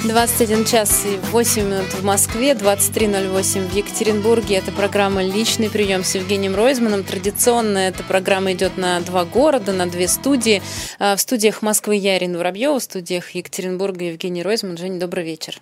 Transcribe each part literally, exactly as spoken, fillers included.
двадцать один час и восемь минут в Москве, двадцать три ноль восемь в Екатеринбурге. Это программа «Личный прием» с Евгением Ройзманом. Традиционно эта программа идет на два города, на две студии. В студиях Москвы я, Ирина Воробьева, в студиях Екатеринбурга Евгений Ройзман. Женя, добрый вечер.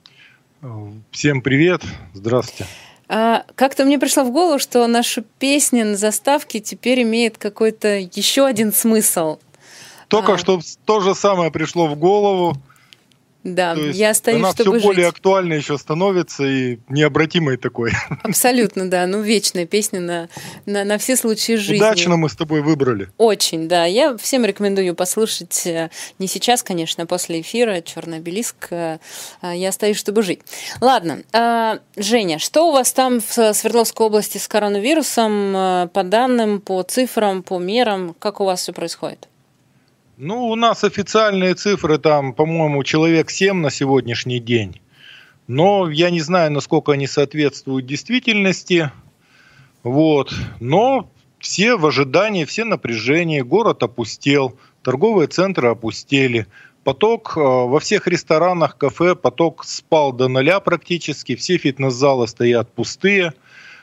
Всем привет, здравствуйте. А, как-то мне пришло в голову, что наша песня на заставке теперь имеет какой-то еще один смысл. Только а... что то же самое пришло в голову. Да, я остаюсь, она чтобы все более жить. актуальной еще становится и необратимой такой. Абсолютно, да. Ну, вечная песня на, на, на все случаи жизни. Удачно мы с тобой выбрали. Очень, да. Я всем рекомендую ее послушать не сейчас, конечно, а после эфира «Черный обелиск». Я остаюсь, чтобы жить. Ладно. Женя, что у вас там в Свердловской области с коронавирусом? По данным, по цифрам, по мерам, как у вас все происходит? Ну, у нас официальные цифры, там, по-моему, человек семь на сегодняшний день. Но я не знаю, насколько они соответствуют действительности. Вот. Но все в ожидании, все напряжении. Город опустел, торговые центры опустели. Поток во всех ресторанах, кафе, поток спал до нуля практически. Все фитнес-залы стоят пустые.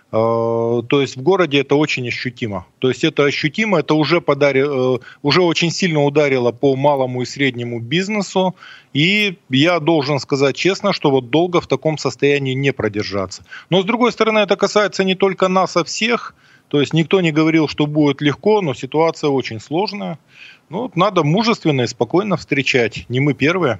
То есть в городе это очень ощутимо. То есть это ощутимо, это уже, подари, уже очень сильно ударило по малому и среднему бизнесу. И я должен сказать честно, что вот долго в таком состоянии не продержаться. Но с другой стороны, это касается не только нас, а всех. То есть никто не говорил, что будет легко, но ситуация очень сложная. Ну, надо мужественно и спокойно встречать. Не мы первые.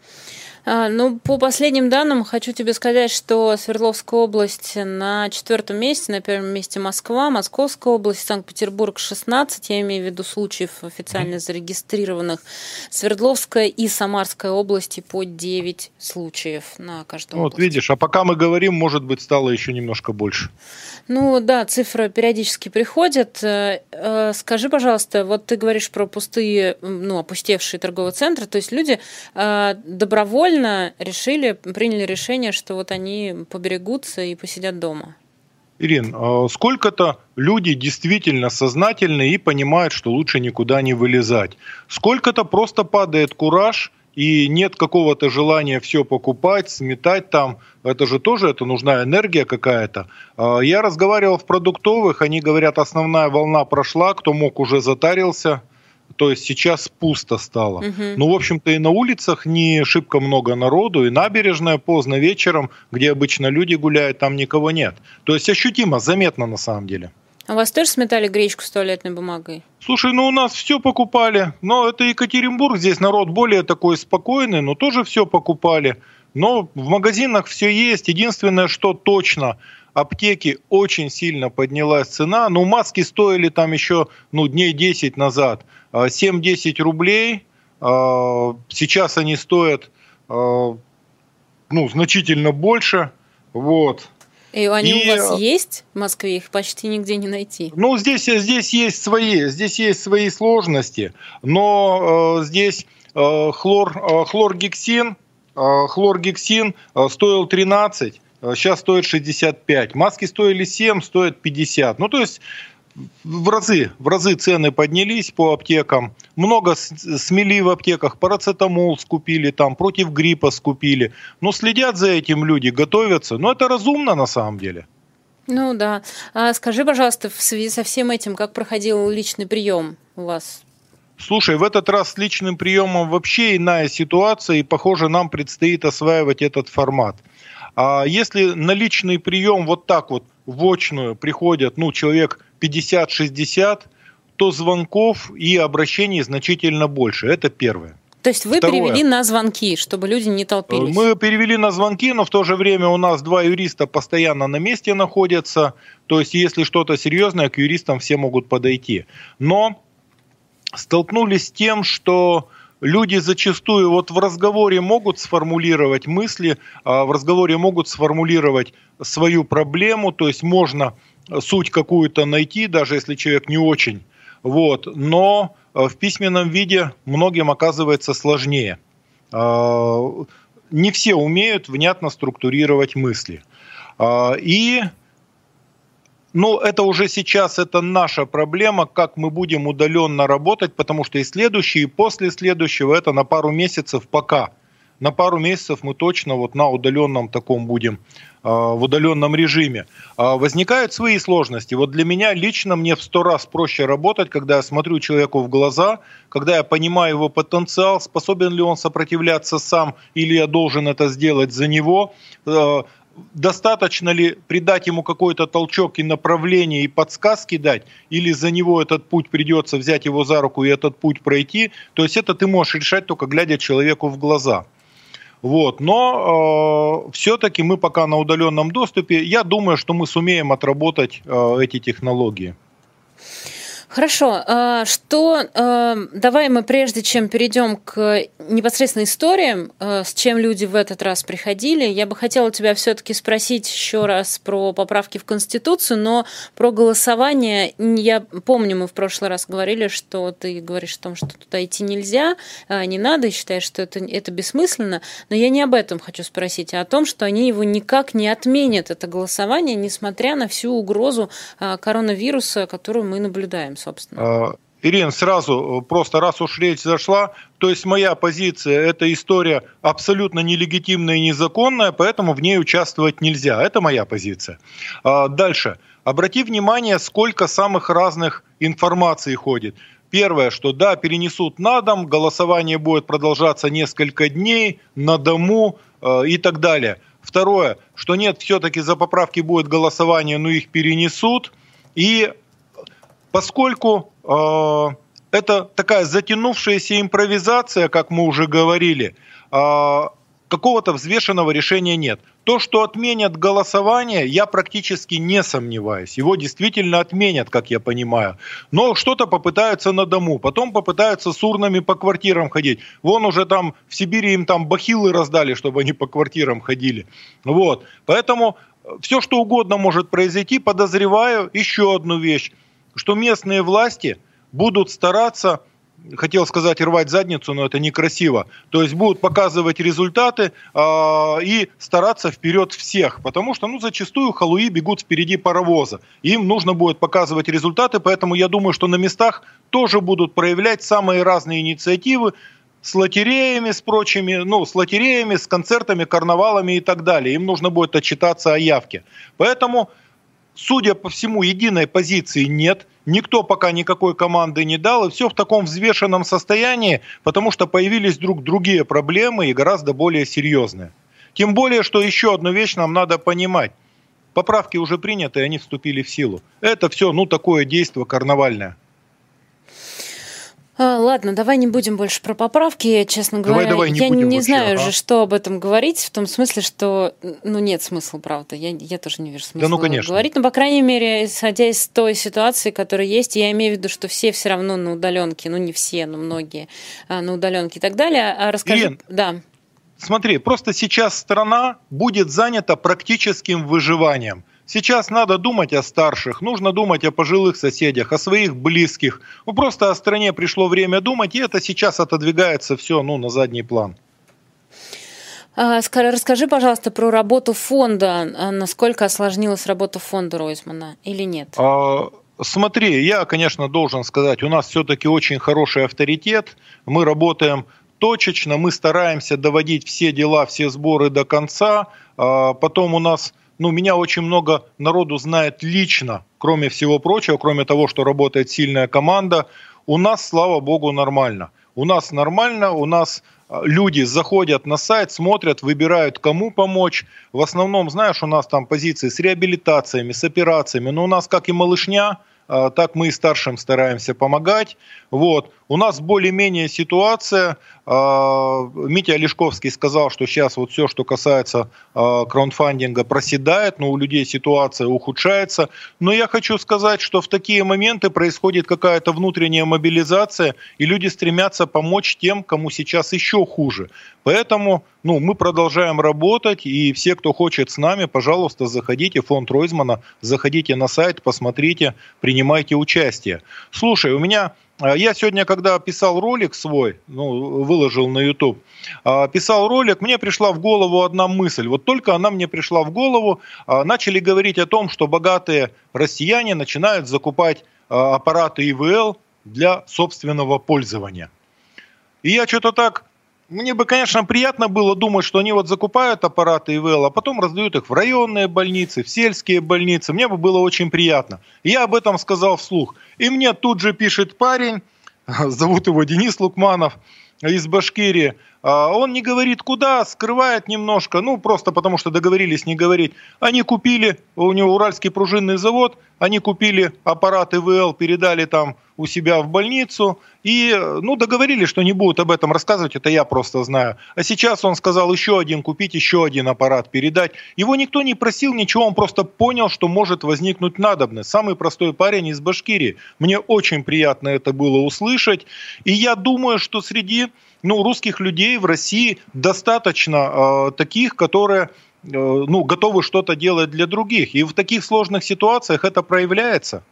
А, ну, по последним данным, хочу тебе сказать, что Свердловская область на четвертом месте, на первом месте Москва, Московская область, Санкт-Петербург шестнадцать, я имею в виду случаев официально зарегистрированных, Свердловская и Самарская области по девять случаев на каждую область. Вот видишь, а пока мы говорим, может быть, стало еще немножко больше. Ну да, цифры периодически приходят. Скажи, пожалуйста, вот ты говоришь про пустые, ну, опустевшие торговые центры, то есть люди добровольно решили, приняли решение, что вот они поберегутся и посидят дома. Ирин, сколько-то люди действительно сознательны и понимают, что лучше никуда не вылезать. Сколько-то просто падает кураж и нет какого-то желания все покупать, сметать там. Это же тоже, это нужна энергия какая-то. Я разговаривал в продуктовых, они говорят, основная волна прошла, кто мог, уже затарился. То есть сейчас пусто стало. Угу. Ну, в общем-то, и на улицах не шибко много народу, и набережная поздно вечером, где обычно люди гуляют, там никого нет. То есть ощутимо, заметно на самом деле. А у вас тоже сметали гречку с туалетной бумагой? Слушай, ну у нас все покупали. Но это Екатеринбург, здесь народ более такой спокойный, но тоже все покупали. Но в магазинах все есть. Единственное, что точно... Аптеки очень сильно поднялась цена. Ну, маски стоили там еще ну, дней десять назад семь-десять рублей. Сейчас они стоят ну, значительно больше. Вот. И они и, у вас есть в Москве? Их почти нигде не найти. Ну, здесь, здесь, есть, свои, здесь есть свои сложности. Но э, здесь э, хлор, э, хлоргексин, э, хлоргексин э, стоил тринадцать. Сейчас стоит шестьдесят пять. Маски стоили семь, стоят пятьдесят. Ну, то есть в разы, в разы цены поднялись по аптекам. Много смели в аптеках. Парацетамол скупили, там, против гриппа скупили. Но следят за этим люди, готовятся. Но это разумно на самом деле. Ну да. А скажи, пожалуйста, в связи со всем этим, как проходил личный прием у вас? Слушай, в этот раз с личным приемом вообще иная ситуация. И, похоже, нам предстоит осваивать этот формат. А если на личный прием вот так вот в очную приходят ну, человек пятьдесят-шестьдесят, то звонков и обращений значительно больше. Это первое. То есть вы Второе. перевели на звонки, чтобы люди не толпились? Мы перевели на звонки, но в то же время у нас два юриста постоянно на месте находятся. То есть если что-то серьезное, к юристам все могут подойти. Но столкнулись с тем, что... Люди зачастую вот в разговоре могут сформулировать мысли, в разговоре могут сформулировать свою проблему, то есть можно суть какую-то найти, даже если человек не очень, вот, но в письменном виде многим оказывается сложнее. Не все умеют внятно структурировать мысли. И Ну, это уже сейчас, это наша проблема, как мы будем удаленно работать, потому что и следующий, и после следующего, это на пару месяцев пока на пару месяцев мы точно вот на удаленном таком будем, в удаленном режиме. Возникают свои сложности. Вот для меня лично мне в сто раз проще работать, когда я смотрю человеку в глаза, когда я понимаю его потенциал, способен ли он сопротивляться сам, или я должен это сделать за него. Достаточно ли придать ему какой-то толчок и направление, и подсказки дать, или за него этот путь придется взять его за руку и этот путь пройти. То есть это ты можешь решать только глядя человеку в глаза. Вот. Но э, все-таки мы пока на удаленном доступе. Я думаю, что мы сумеем отработать э, эти технологии. Хорошо, что давай мы прежде чем перейдем к непосредственно историям, с чем люди в этот раз приходили, я бы хотела тебя все-таки спросить еще раз про поправки в Конституцию, но про голосование. Я помню, мы в прошлый раз говорили, что ты говоришь о том, что туда идти нельзя, не надо, и считаешь, что это, это бессмысленно, но я не об этом хочу спросить, а о том, что они его никак не отменят, это голосование, несмотря на всю угрозу коронавируса, которую мы наблюдаем. Собственно. Ирина, сразу, просто раз уж речь зашла, то есть моя позиция, эта история абсолютно нелегитимная и незаконная, поэтому в ней участвовать нельзя. Это моя позиция. Дальше. Обрати внимание, сколько самых разных информаций ходит. Первое, что да, перенесут на дом, голосование будет продолжаться несколько дней, на дому и так далее. Второе, что нет, все-таки за поправки будет голосование, но их перенесут. И поскольку э, это такая затянувшаяся импровизация, как мы уже говорили, э, какого-то взвешенного решения нет. То, что отменят голосование, я практически не сомневаюсь. Его действительно отменят, как я понимаю. Но что-то попытаются на дому, потом попытаются с урнами по квартирам ходить. Вон уже там в Сибири им там бахилы раздали, чтобы они по квартирам ходили. Вот. Поэтому все, что угодно может произойти. Подозреваю еще одну вещь, что местные власти будут стараться, хотел сказать рвать задницу, но это некрасиво, то есть будут показывать результаты э, и стараться вперед всех, потому что ну, зачастую халуи бегут впереди паровоза, им нужно будет показывать результаты, поэтому я думаю, что на местах тоже будут проявлять самые разные инициативы, с лотереями, с прочими, ну, с лотереями, с концертами, карнавалами и так далее, им нужно будет отчитаться о явке, поэтому... Судя по всему, единой позиции нет, никто пока никакой команды не дал, и все в таком взвешенном состоянии, потому что появились вдруг другие проблемы и гораздо более серьезные. Тем более, что еще одну вещь нам надо понимать. Поправки уже приняты, и они вступили в силу. Это все, ну, такое действие карнавальное. Ладно, давай не будем больше про поправки, честно говоря. Давай, давай, не я будем не вообще, знаю ага. уже, что об этом говорить, в том смысле, что ну, нет смысла, правда. Я, я тоже не вижу смысла да, ну, конечно. говорить. Но, по крайней мере, исходя из той ситуации, которая есть, я имею в виду, что все все равно на удаленке, ну не все, но многие на удаленке и так далее. А расскажи... Ирин, да. Смотри, просто сейчас страна будет занята практическим выживанием. Сейчас надо думать о старших, нужно думать о пожилых соседях, о своих близких. Ну, просто о стране пришло время думать, и это сейчас отодвигается все ну, на задний план. Расскажи, пожалуйста, про работу фонда. Насколько осложнилась работа фонда Ройзмана или нет? А, смотри, я, конечно, должен сказать, у нас все-таки очень хороший авторитет. Мы работаем точечно, мы стараемся доводить все дела, все сборы до конца. А, потом у нас... Ну, меня очень много народу знает лично, кроме всего прочего, кроме того, что работает сильная команда. У нас, слава богу, нормально. У нас нормально, у нас люди заходят на сайт, смотрят, выбирают, кому помочь. В основном, знаешь, у нас там позиции с реабилитациями, с операциями. Но у нас, как и малышня, так мы и старшим стараемся помогать. Вот. У нас более-менее ситуация. Митя Олешковский сказал, что сейчас вот все, что касается краундфандинга, проседает, но у людей ситуация ухудшается. Но я хочу сказать, что в такие моменты происходит какая-то внутренняя мобилизация, и люди стремятся помочь тем, кому сейчас еще хуже. Поэтому ну, мы продолжаем работать, и все, кто хочет с нами, пожалуйста, заходите в фонд Ройзмана, заходите на сайт, посмотрите, принимайте участие. Слушай, у меня... Я сегодня, когда писал ролик свой, ну, выложил на YouTube, писал ролик, мне пришла в голову одна мысль. Вот только она мне пришла в голову, начали говорить о том, что богатые россияне начинают закупать аппараты И В Л для собственного пользования. И я что-то так Мне бы, конечно, приятно было думать, что они вот закупают аппараты ИВЛ, а потом раздают их в районные больницы, в сельские больницы. Мне бы было очень приятно. Я об этом сказал вслух. И мне тут же пишет парень, зовут его Денис Лукманов, из Башкирии. Он не говорит куда, скрывает немножко, ну просто потому что договорились не говорить. Они купили, у него Уральский пружинный завод, они купили аппарат ИВЛ, передали там у себя в больницу и ну, договорились, что не будут об этом рассказывать, это я просто знаю. А сейчас он сказал еще один купить, еще один аппарат передать. Его никто не просил ничего, он просто понял, что может возникнуть надобность. Самый простой парень из Башкирии. Мне очень приятно это было услышать. И я думаю, что среди ну, русских людей в России достаточно э, таких, которые э, ну, готовы что-то делать для других. И в таких сложных ситуациях это проявляется.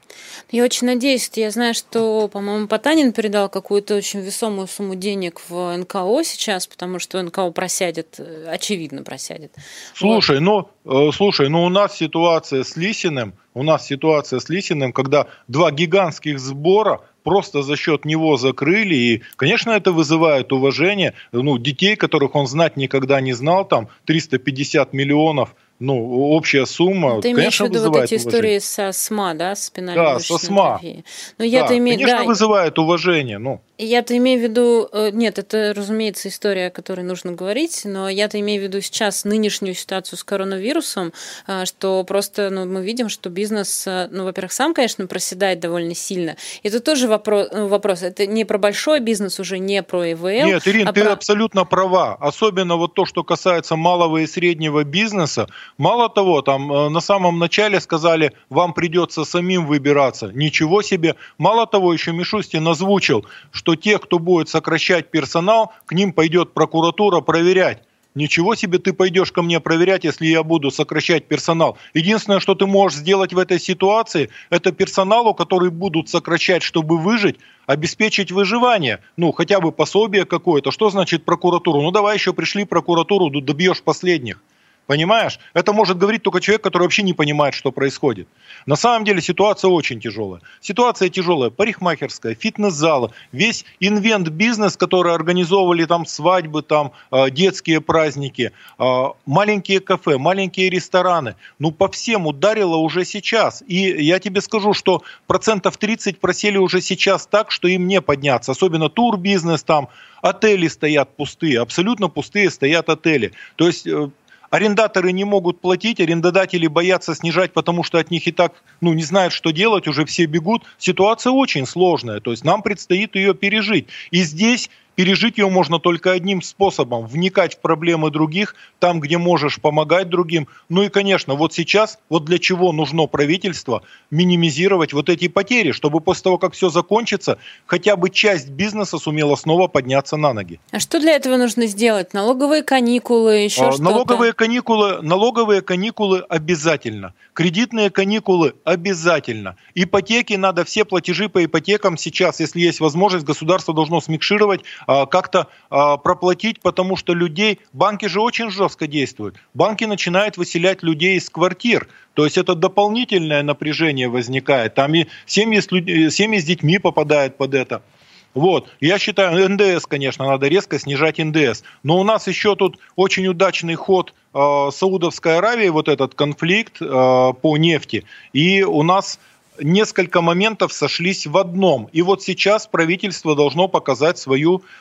Я очень надеюсь, я знаю, что, по-моему, Потанин передал какую-то очень весомую сумму денег в эн ка о сейчас, потому что эн ка о просядет, очевидно просядет. Слушай, вот. ну, э, слушай, ну у нас ситуация с Лисиным, у нас ситуация с Лисиным, когда два гигантских сбора просто за счет него закрыли, и, конечно, это вызывает уважение, ну, детей, которых он знать никогда не знал, там, триста пятьдесят миллионов, ну, общая сумма, ты конечно, имеешь в виду вызывает вот эти уважение. истории со СМА, да, спинальной Да, мышечной со СМА. атрофией? Ну, я-то да, имею, конечно, да, вызывает уважение, ну. Я-то имею в виду, нет, это, разумеется, история, о которой нужно говорить, но я-то имею в виду сейчас нынешнюю ситуацию с коронавирусом, что просто ну, мы видим, что бизнес, ну, во-первых, сам, конечно, проседает довольно сильно. Это тоже вопрос, вопрос. Это не про большой бизнес, уже не про ИВЛ. Нет, Ирин, а ты про... абсолютно права. Особенно вот то, что касается малого и среднего бизнеса. Мало того, там на самом начале сказали, вам придется самим выбираться. Ничего себе. Мало того, еще Мишустин озвучил, что те, кто будет сокращать персонал, к ним пойдет прокуратура проверять. Ничего себе ты пойдешь ко мне проверять, если я буду сокращать персонал. Единственное, что ты можешь сделать в этой ситуации, это персоналу, который будут сокращать, чтобы выжить, обеспечить выживание. Ну, хотя бы пособие какое-то. Что значит прокуратуру? Ну, давай еще пришли прокуратуру, добьешь последних. Понимаешь? Это может говорить только человек, который вообще не понимает, что происходит. На самом деле ситуация очень тяжелая. Ситуация тяжелая. Парикмахерская, фитнес-залы, весь инвент-бизнес, который организовывали там свадьбы, там детские праздники, маленькие кафе, маленькие рестораны. Ну, по всем ударило уже сейчас. И я тебе скажу, что процентов тридцать просели уже сейчас так, что им не подняться. Особенно турбизнес там, отели стоят пустые, абсолютно пустые стоят отели. То есть... Арендаторы не могут платить, арендодатели боятся снижать, потому что от них и так ну, не знают, что делать, уже все бегут. Ситуация очень сложная, то есть нам предстоит ее пережить. И здесь пережить ее можно только одним способом – вникать в проблемы других, там, где можешь помогать другим. Ну и, конечно, вот сейчас, вот для чего нужно правительство минимизировать вот эти потери, чтобы после того, как все закончится, хотя бы часть бизнеса сумела снова подняться на ноги. А что для этого нужно сделать? Налоговые каникулы, еще а, что-то? Налоговые каникулы, налоговые каникулы обязательно. Кредитные каникулы обязательно. Ипотеки надо, все платежи по ипотекам сейчас, если есть возможность, государство должно смикшировать, как-то проплатить, потому что людей, банки же очень жестко действуют. Банки начинают выселять людей из квартир. То есть это дополнительное напряжение возникает. Там и семьи с, людьми, семьи с детьми попадают под это. Вот. Я считаю, эн дэ эс, конечно, надо резко снижать эн дэ эс. Но у нас еще тут очень удачный ход э, Саудовской Аравии, вот этот конфликт э, по нефти. И у нас несколько моментов сошлись в одном. И вот сейчас правительство должно показать свою э,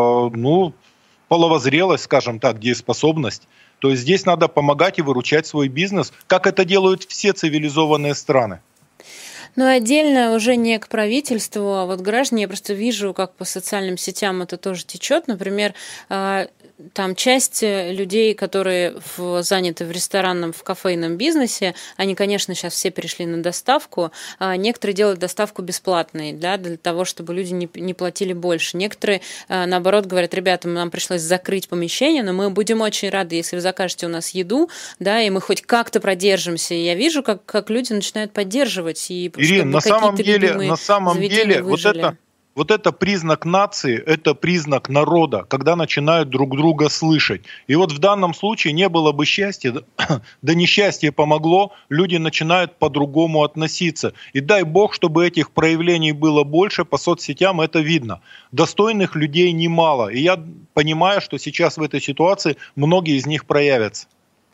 ну, половозрелость, скажем так, дееспособность. То есть здесь надо помогать и выручать свой бизнес, как это делают все цивилизованные страны. Ну, отдельно уже не к правительству, а вот граждане, я просто вижу, как по социальным сетям это тоже течет. Например, там часть людей, которые в, заняты в ресторанном, в кофейном бизнесе, они, конечно, сейчас все перешли на доставку. А некоторые делают доставку бесплатной, да, для того, чтобы люди не, не платили больше. Некоторые, наоборот, говорят, ребята, нам пришлось закрыть помещение, но мы будем очень рады, если вы закажете у нас еду, да, и мы хоть как-то продержимся. И я вижу, как, как люди начинают поддерживать. И Ирина, на самом деле, на самом деле, вот это... Вот это признак нации, это признак народа, когда начинают друг друга слышать. И вот в данном случае не было бы счастья, да несчастье помогло, люди начинают по-другому относиться. И дай бог, чтобы этих проявлений было больше, по соцсетям это видно. Достойных людей немало. И я понимаю, что сейчас в этой ситуации многие из них проявятся.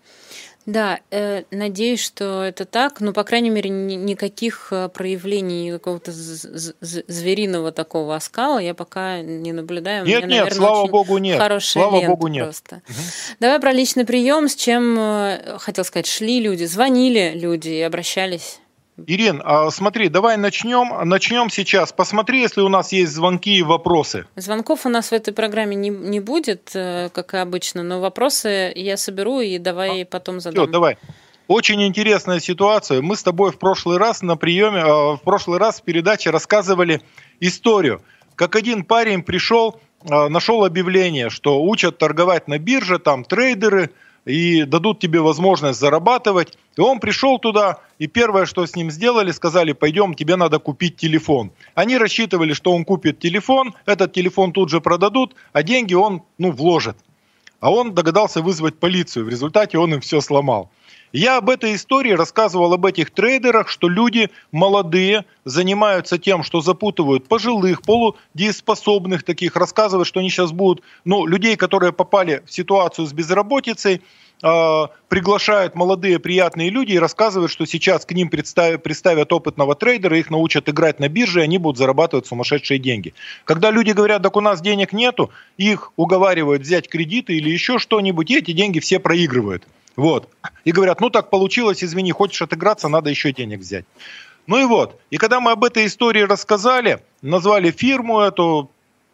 Да, э, надеюсь, что это так. Но, по крайней мере, ни- никаких э, проявлений какого-то з- з- звериного такого оскала я пока не наблюдаю. У меня, Нет, нет, наверное, слава очень богу, нет. хорошая Слава лента богу, нет. просто. Давай про личный прием. С чем, э, хотел сказать, шли люди, звонили люди и обращались. Ирин, а смотри, давай начнем. Начнем сейчас. Посмотри, если у нас есть звонки и вопросы. Звонков у нас в этой программе не, не будет, э, как и обычно, но вопросы я соберу и давай потом Все, задам. давай. Очень интересная ситуация. Мы с тобой в прошлый раз на приеме, э, в прошлый раз в передаче рассказывали историю, как один парень пришел, э, нашел объявление, что учат торговать на бирже, там трейдеры, и дадут тебе возможность зарабатывать. И он пришел туда, и первое, что с ним сделали, сказали: пойдем, тебе надо купить телефон. Они рассчитывали, что он купит телефон, этот телефон тут же продадут, а деньги он, ну, вложит. А он догадался вызвать полицию, в результате он им все сломал. Я об этой истории рассказывал, об этих трейдерах, что люди молодые занимаются тем, что запутывают пожилых, полудееспособных таких, рассказывают, что они сейчас будут, ну, людей, которые попали в ситуацию с безработицей, э, приглашают молодые приятные люди и рассказывают, что сейчас к ним представят, представят опытного трейдера, их научат играть на бирже, и они будут зарабатывать сумасшедшие деньги. Когда люди говорят: так у нас денег нету, их уговаривают взять кредиты или еще что-нибудь, и эти деньги все проигрывают. Вот. И говорят: ну так получилось, извини, хочешь отыграться, надо еще денег взять. Ну и вот. И когда мы об этой истории рассказали, назвали фирму эту,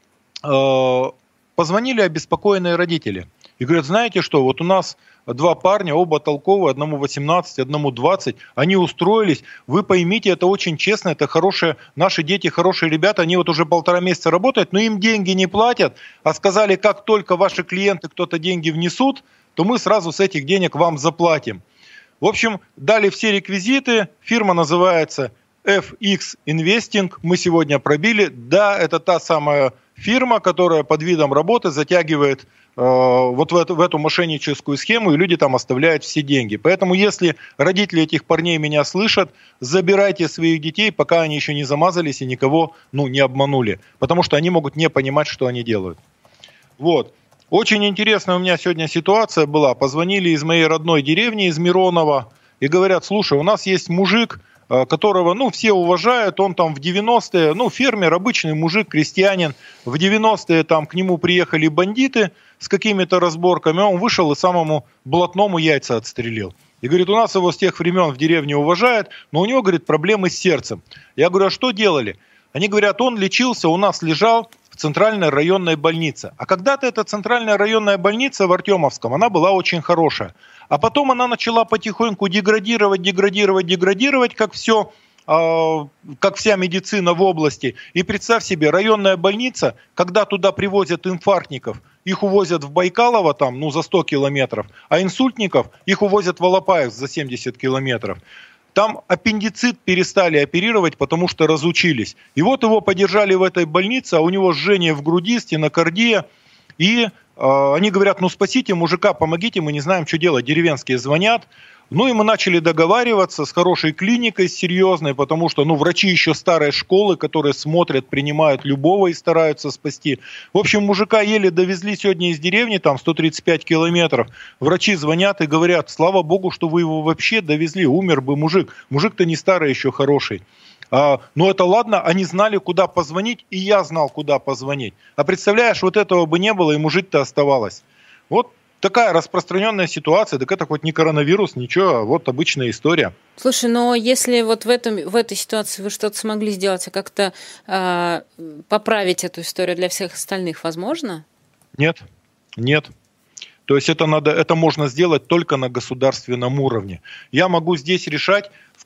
э, позвонили обеспокоенные родители. И говорят: знаете что, вот у нас два парня, оба толковые, одному восемнадцать, одному двадцать, они устроились, вы поймите, это очень честно, это хорошие, наши дети хорошие ребята, они вот уже полтора месяца работают, но им деньги не платят, а сказали: как только ваши клиенты кто-то деньги внесут, то мы сразу с этих денег вам заплатим. В общем, дали все реквизиты, фирма называется эф икс Investing, мы сегодня пробили. Да, это та самая фирма, которая под видом работы затягивает э, вот в эту, в эту мошенническую схему, и люди там оставляют все деньги. Поэтому, если родители этих парней меня слышат, забирайте своих детей, пока они еще не замазались и никого, ну, не обманули. Потому что они могут не понимать, что они делают. Вот. Очень интересная у меня сегодня ситуация была. Позвонили из моей родной деревни, из Миронова, и говорят: слушай, у нас есть мужик, которого, ну, все уважают, он там в девяностые, ну, фермер, обычный мужик, крестьянин, в девяностые там к нему приехали бандиты с какими-то разборками, он вышел и самому блатному яйца отстрелил. И говорит: у нас его с тех времен в деревне уважают, но у него, говорит, проблемы с сердцем. Я говорю: а что делали? Они говорят: он лечился, у нас лежал в центральной районной больнице. А когда-то эта центральная районная больница в Артемовском, она была очень хорошая. А потом она начала потихоньку деградировать, деградировать, деградировать, как все, э, как вся медицина в области. И представь себе, районная больница, когда туда привозят инфарктников, их увозят в Байкалово там, ну, за сто километров, а инсультников их увозят в Алапаевск за семьдесят километров. Там аппендицит перестали оперировать, потому что разучились. И вот его подержали в этой больнице, а у него жжение в груди, стенокардия. И э, они говорят: ну спасите мужика, помогите, мы не знаем, что делать. Деревенские звонят. Ну и мы начали договариваться с хорошей клиникой, серьезной, потому что, ну, врачи еще старой школы, которые смотрят, принимают любого и стараются спасти. В общем, мужика еле довезли сегодня из деревни, там сто тридцать пять километров. Врачи звонят и говорят: слава богу, что вы его вообще довезли, умер бы мужик. Мужик-то не старый, еще хороший. А, ну это ладно, они знали, куда позвонить, и я знал, куда позвонить. А представляешь, вот этого бы не было, и жить-то оставалось. Вот такая распространенная ситуация, так это хоть не коронавирус, ничего, а вот обычная история. Слушай, но если вот в, этом, в этой ситуации вы что-то смогли сделать, а как-то э, поправить эту историю для всех остальных, возможно? Нет, нет. То есть это, надо, это можно сделать только на государственном уровне. Я могу здесь решать в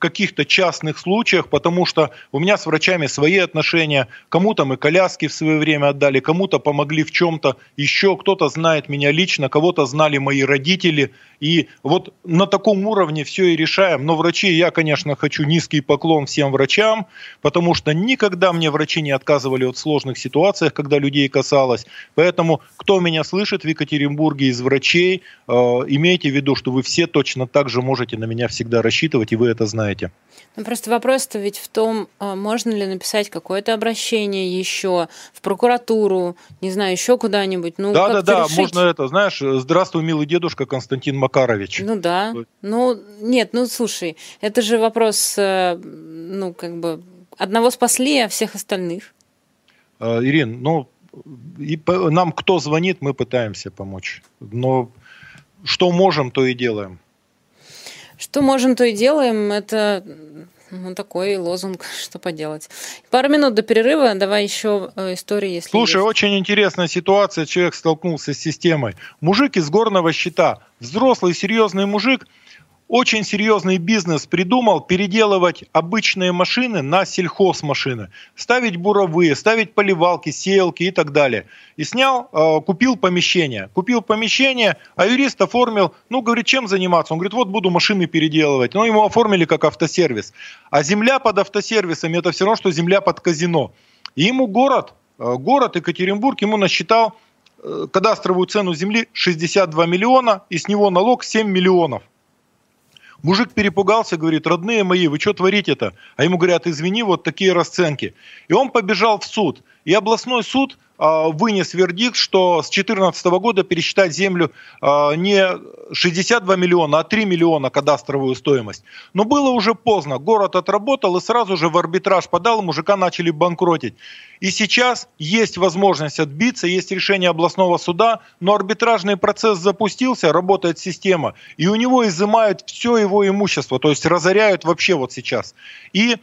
каких-то частных случаях, потому что у меня с врачами свои отношения, кому-то мы коляски в свое время отдали, кому-то помогли в чем-то еще, кто-то знает меня лично, кого-то знали мои родители, и вот на таком уровне все и решаем. Но врачи, я, конечно, хочу низкий поклон всем врачам, потому что никогда мне врачи не отказывали от сложных ситуациях, когда людей касалось, поэтому кто меня слышит в Екатеринбурге из врачей, э, имейте в виду, что вы все точно так же можете на меня всегда рассчитывать, и вы это знаете. Ну, просто вопрос-то ведь в том, можно ли написать какое-то обращение еще в прокуратуру, не знаю, еще куда-нибудь. Ну, да, да, да, решить. Можно это, знаешь, здравствуй, милый дедушка Константин Макарович. Ну да, ну нет, ну слушай, это же вопрос, ну как бы, одного спасли, а всех остальных. Ирин, ну, и нам кто звонит, мы пытаемся помочь, но что можем, то и делаем. Что можем, то и делаем. Это ну, такой лозунг, что поделать. Пару минут до перерыва. Давай еще истории, если Слушай, есть. Очень интересная ситуация. Человек столкнулся с системой. Мужик из горного щита. Взрослый, серьезный мужик. Очень серьезный бизнес придумал переделывать обычные машины на сельхозмашины. Ставить буровые, ставить поливалки, сеялки и так далее. И снял, купил помещение. Купил помещение, а юрист оформил, ну, говорит, чем заниматься? Он говорит, вот буду машины переделывать. Ну, ему оформили как автосервис. А земля под автосервисом, это все равно, что земля под казино. И ему город, город Екатеринбург, ему насчитал кадастровую цену земли шестьдесят два миллиона, и с него налог семь миллионов. Мужик перепугался, говорит, родные мои, вы что творите-то? А ему говорят, извини, вот такие расценки. И он побежал в суд. И областной суд э, вынес вердикт, что с две тысячи четырнадцатого года пересчитать землю э, не шестьдесят два миллиона, а три миллиона кадастровую стоимость. Но было уже поздно. Город отработал и сразу же в арбитраж подал, мужика начали банкротить. И сейчас есть возможность отбиться, есть решение областного суда, но арбитражный процесс запустился, работает система, и у него изымают все его имущество, то есть разоряют вообще вот сейчас. И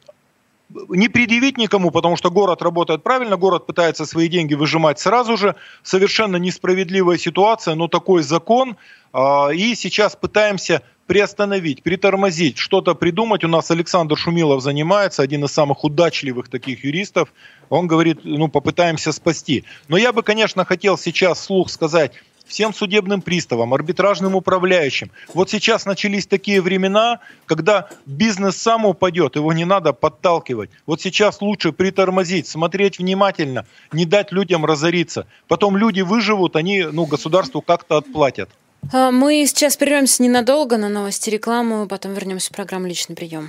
не предъявить никому, потому что город работает правильно, город пытается свои деньги выжимать сразу же. Совершенно несправедливая ситуация, но такой закон. И сейчас пытаемся приостановить, притормозить, что-то придумать. У нас Александр Шумилов занимается, один из самых удачливых таких юристов. Он говорит, ну попытаемся спасти. Но я бы, конечно, хотел сейчас вслух сказать всем судебным приставам, арбитражным управляющим. Вот сейчас начались такие времена, когда бизнес сам упадет, его не надо подталкивать. Вот сейчас лучше притормозить, смотреть внимательно, не дать людям разориться. Потом люди выживут, они ну, государству как-то отплатят. Мы сейчас прервемся ненадолго на новости, рекламу, потом вернемся в программу «Личный прием».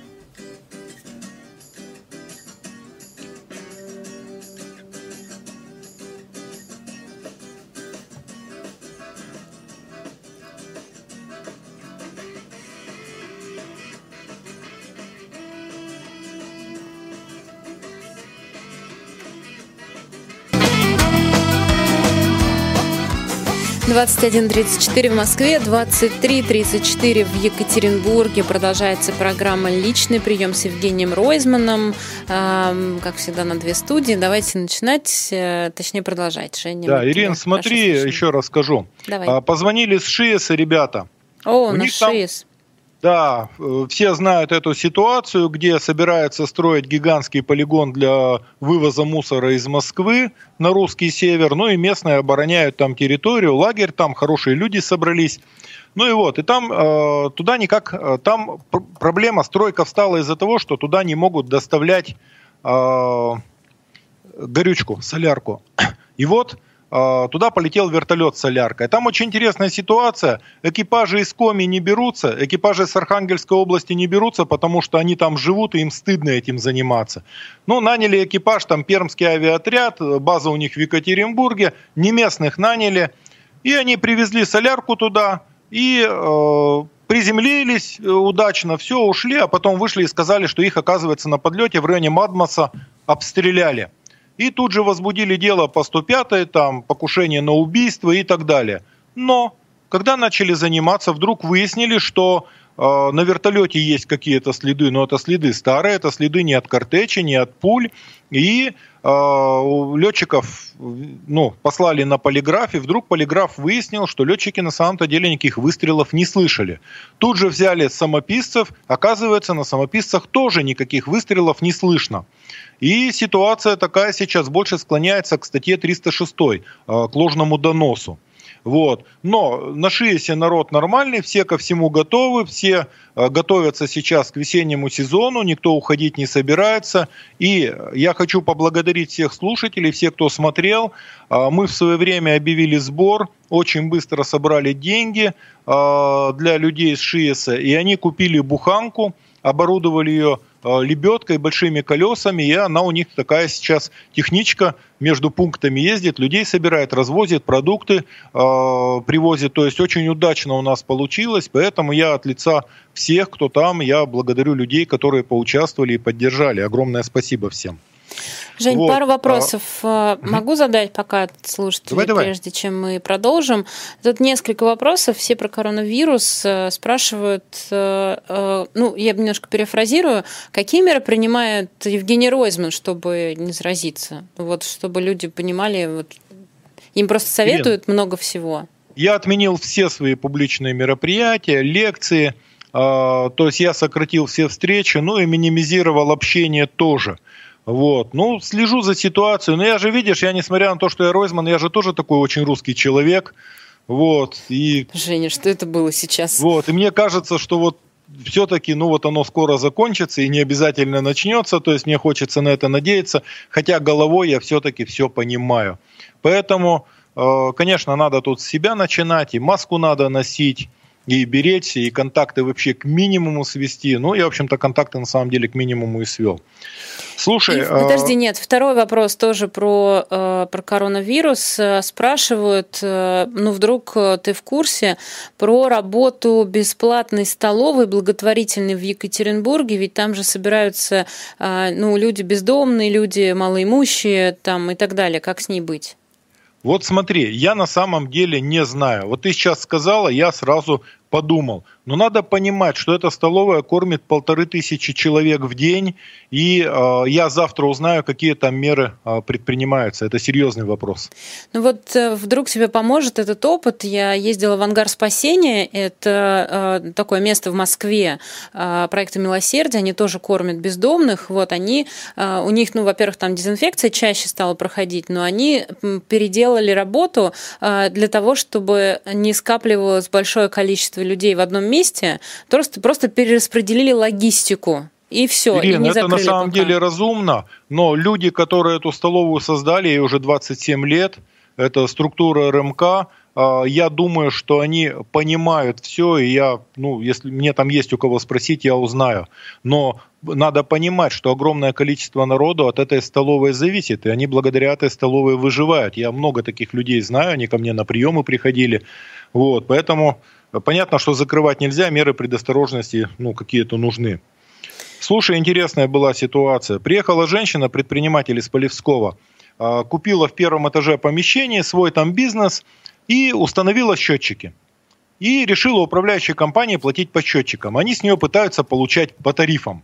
двадцать один тридцать четыре в Москве, двадцать три тридцать четыре в Екатеринбурге. Продолжается программа «Личный прием» с Евгением Ройзманом. Как всегда, на две студии. Давайте начинать, точнее продолжать. Женя, да, Ирин, смотри, еще раз скажу. Давай. Позвонили с ШИЭСа ребята. О, на ШИЭС. Да, все знают эту ситуацию, где собирается строить гигантский полигон для вывоза мусора из Москвы на русский север. Ну и местные обороняют там территорию, лагерь там, хорошие люди собрались. Ну и вот, и там э, туда никак, там проблема, стройка встала из-за того, что туда не могут доставлять э, горючку, солярку. И вот туда полетел вертолет с соляркой. Там очень интересная ситуация. Экипажи из Коми не берутся, экипажи с Архангельской области не берутся, потому что они там живут, и им стыдно этим заниматься. Ну, наняли экипаж, там Пермский авиаотряд, база у них в Екатеринбурге, не местных наняли. И они привезли солярку туда, и э, приземлились удачно, все, ушли, а потом вышли и сказали, что их, оказывается, на подлете в районе Мадмоса обстреляли. И тут же возбудили дело по сто пятой, там, покушение на убийство и так далее. Но, когда начали заниматься, вдруг выяснили, что э, на вертолете есть какие-то следы, но это следы старые, это следы не от картечи, не от пуль. И э, летчиков ну, послали на полиграф, и вдруг полиграф выяснил, что летчики на самом-то деле никаких выстрелов не слышали. Тут же взяли самописцев, оказывается, на самописцах тоже никаких выстрелов не слышно. И ситуация такая сейчас больше склоняется к статье триста шесть, э, к ложному доносу. Вот. Но на ШИЭСе народ нормальный, все ко всему готовы, все э, готовятся сейчас к весеннему сезону, никто уходить не собирается. И я хочу поблагодарить всех слушателей, всех, кто смотрел. Э, мы в свое время объявили сбор, очень быстро собрали деньги э, для людей с ШИЭСа, и они купили буханку, оборудовали ее лебедкой, большими колесами, и она у них такая сейчас техничка, между пунктами ездит, людей собирает, развозит продукты, э, привозит. То есть очень удачно у нас получилось, поэтому я от лица всех, кто там, я благодарю людей, которые поучаствовали и поддержали. Огромное спасибо всем. Жень, вот. Пару вопросов а... могу задать пока слушателям, давай, давай. прежде чем мы продолжим. Тут несколько вопросов, все про коронавирус. Спрашивают, ну, я немножко перефразирую, какие меры принимает Евгений Ройзман, чтобы не заразиться? Вот, чтобы люди понимали, вот, им просто советуют Ирина, много всего. Я отменил все свои публичные мероприятия, лекции, то есть я сократил все встречи, ну и минимизировал общение тоже. Вот. Ну, слежу за ситуацией. Но я же, видишь, я, несмотря на то, что я Ройзман, я же тоже такой очень русский человек. Вот. И... Женя, что это было сейчас? Вот. И мне кажется, что вот все-таки, ну вот оно скоро закончится и не обязательно начнется. То есть мне хочется на это надеяться. Хотя головой я все-таки все понимаю. Поэтому, конечно, надо тут с себя начинать. И маску надо носить. И беречься, и контакты вообще к минимуму свести. Ну, я, в общем-то, контакты на самом деле к минимуму и свел. Слушай... И, подожди, нет, второй вопрос тоже про, про коронавирус. Спрашивают, ну, вдруг ты в курсе про работу бесплатной столовой благотворительной в Екатеринбурге, ведь там же собираются, ну, люди бездомные, люди малоимущие там и так далее. Как с ней быть? Вот смотри, я на самом деле не знаю. Вот ты сейчас сказала, я сразу подумал. Но надо понимать, что эта столовая кормит полторы тысячи человек в день, и э, я завтра узнаю, какие там меры э, предпринимаются. Это серьезный вопрос. Ну вот э, вдруг тебе поможет этот опыт. Я ездила в «Ангар спасения». Это э, такое место в Москве э, проекта «Милосердие». Они тоже кормят бездомных. Вот они, э, у них, ну, во-первых, там дезинфекция чаще стала проходить, но они переделали работу э, для того, чтобы не скапливалось большое количество людей в одном месте, просто, просто перераспределили логистику. И все. Ирина, и не это на самом пока. деле разумно, но люди, которые эту столовую создали, ей уже двадцать семь лет, это структура эр эм ка, я думаю, что они понимают все, и я, ну, если мне там есть у кого спросить, я узнаю. Но надо понимать, что огромное количество народу от этой столовой зависит, и они благодаря этой столовой выживают. Я много таких людей знаю, они ко мне на приемы приходили. Вот, поэтому понятно, что закрывать нельзя, меры предосторожности, ну, какие-то нужны. Слушай, интересная была ситуация. Приехала женщина, предприниматель из Полевского, купила в первом этаже помещение, свой там бизнес, и установила счетчики. И решила управляющей компании платить по счетчикам. Они с нее пытаются получать по тарифам.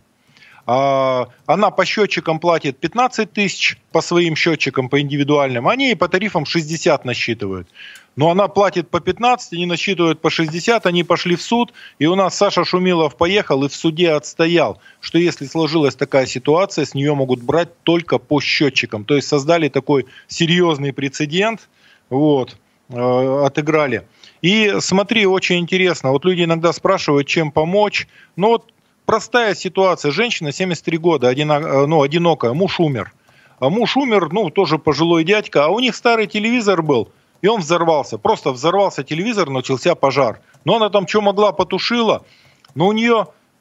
Она по счетчикам платит пятнадцать тысяч, по своим счетчикам, по индивидуальным. Они ей по тарифам шестьдесят насчитывают. Но она платит по пятнадцать, они насчитывают по шестьдесят, они пошли в суд. И у нас Саша Шумилов поехал и в суде отстоял, что если сложилась такая ситуация, с нее могут брать только по счетчикам. То есть создали такой серьезный прецедент, вот, э, отыграли. И смотри, очень интересно, вот люди иногда спрашивают, чем помочь. Ну вот простая ситуация, женщина, семьдесят три года, одино, ну, одинокая, муж умер. А муж умер, ну, тоже пожилой дядька, а у них старый телевизор был. И он взорвался. Просто взорвался телевизор, начался пожар. Но она там что могла, потушила. Но у нее, э,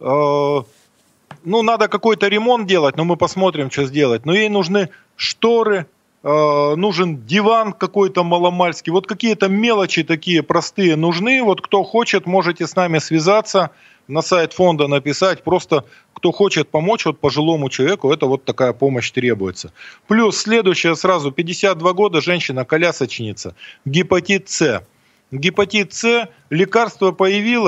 ну, надо какой-то ремонт делать, но мы посмотрим, что сделать. Но ей нужны шторы, э, нужен диван какой-то маломальский. Вот какие-то мелочи такие простые нужны. Вот кто хочет, можете с нами связаться, на сайт фонда написать. Просто кто хочет помочь вот пожилому человеку, это вот такая помощь требуется. Плюс следующее сразу, пятьдесят два года, женщина-колясочница, гепатит С. Гепатит С, лекарство появилось,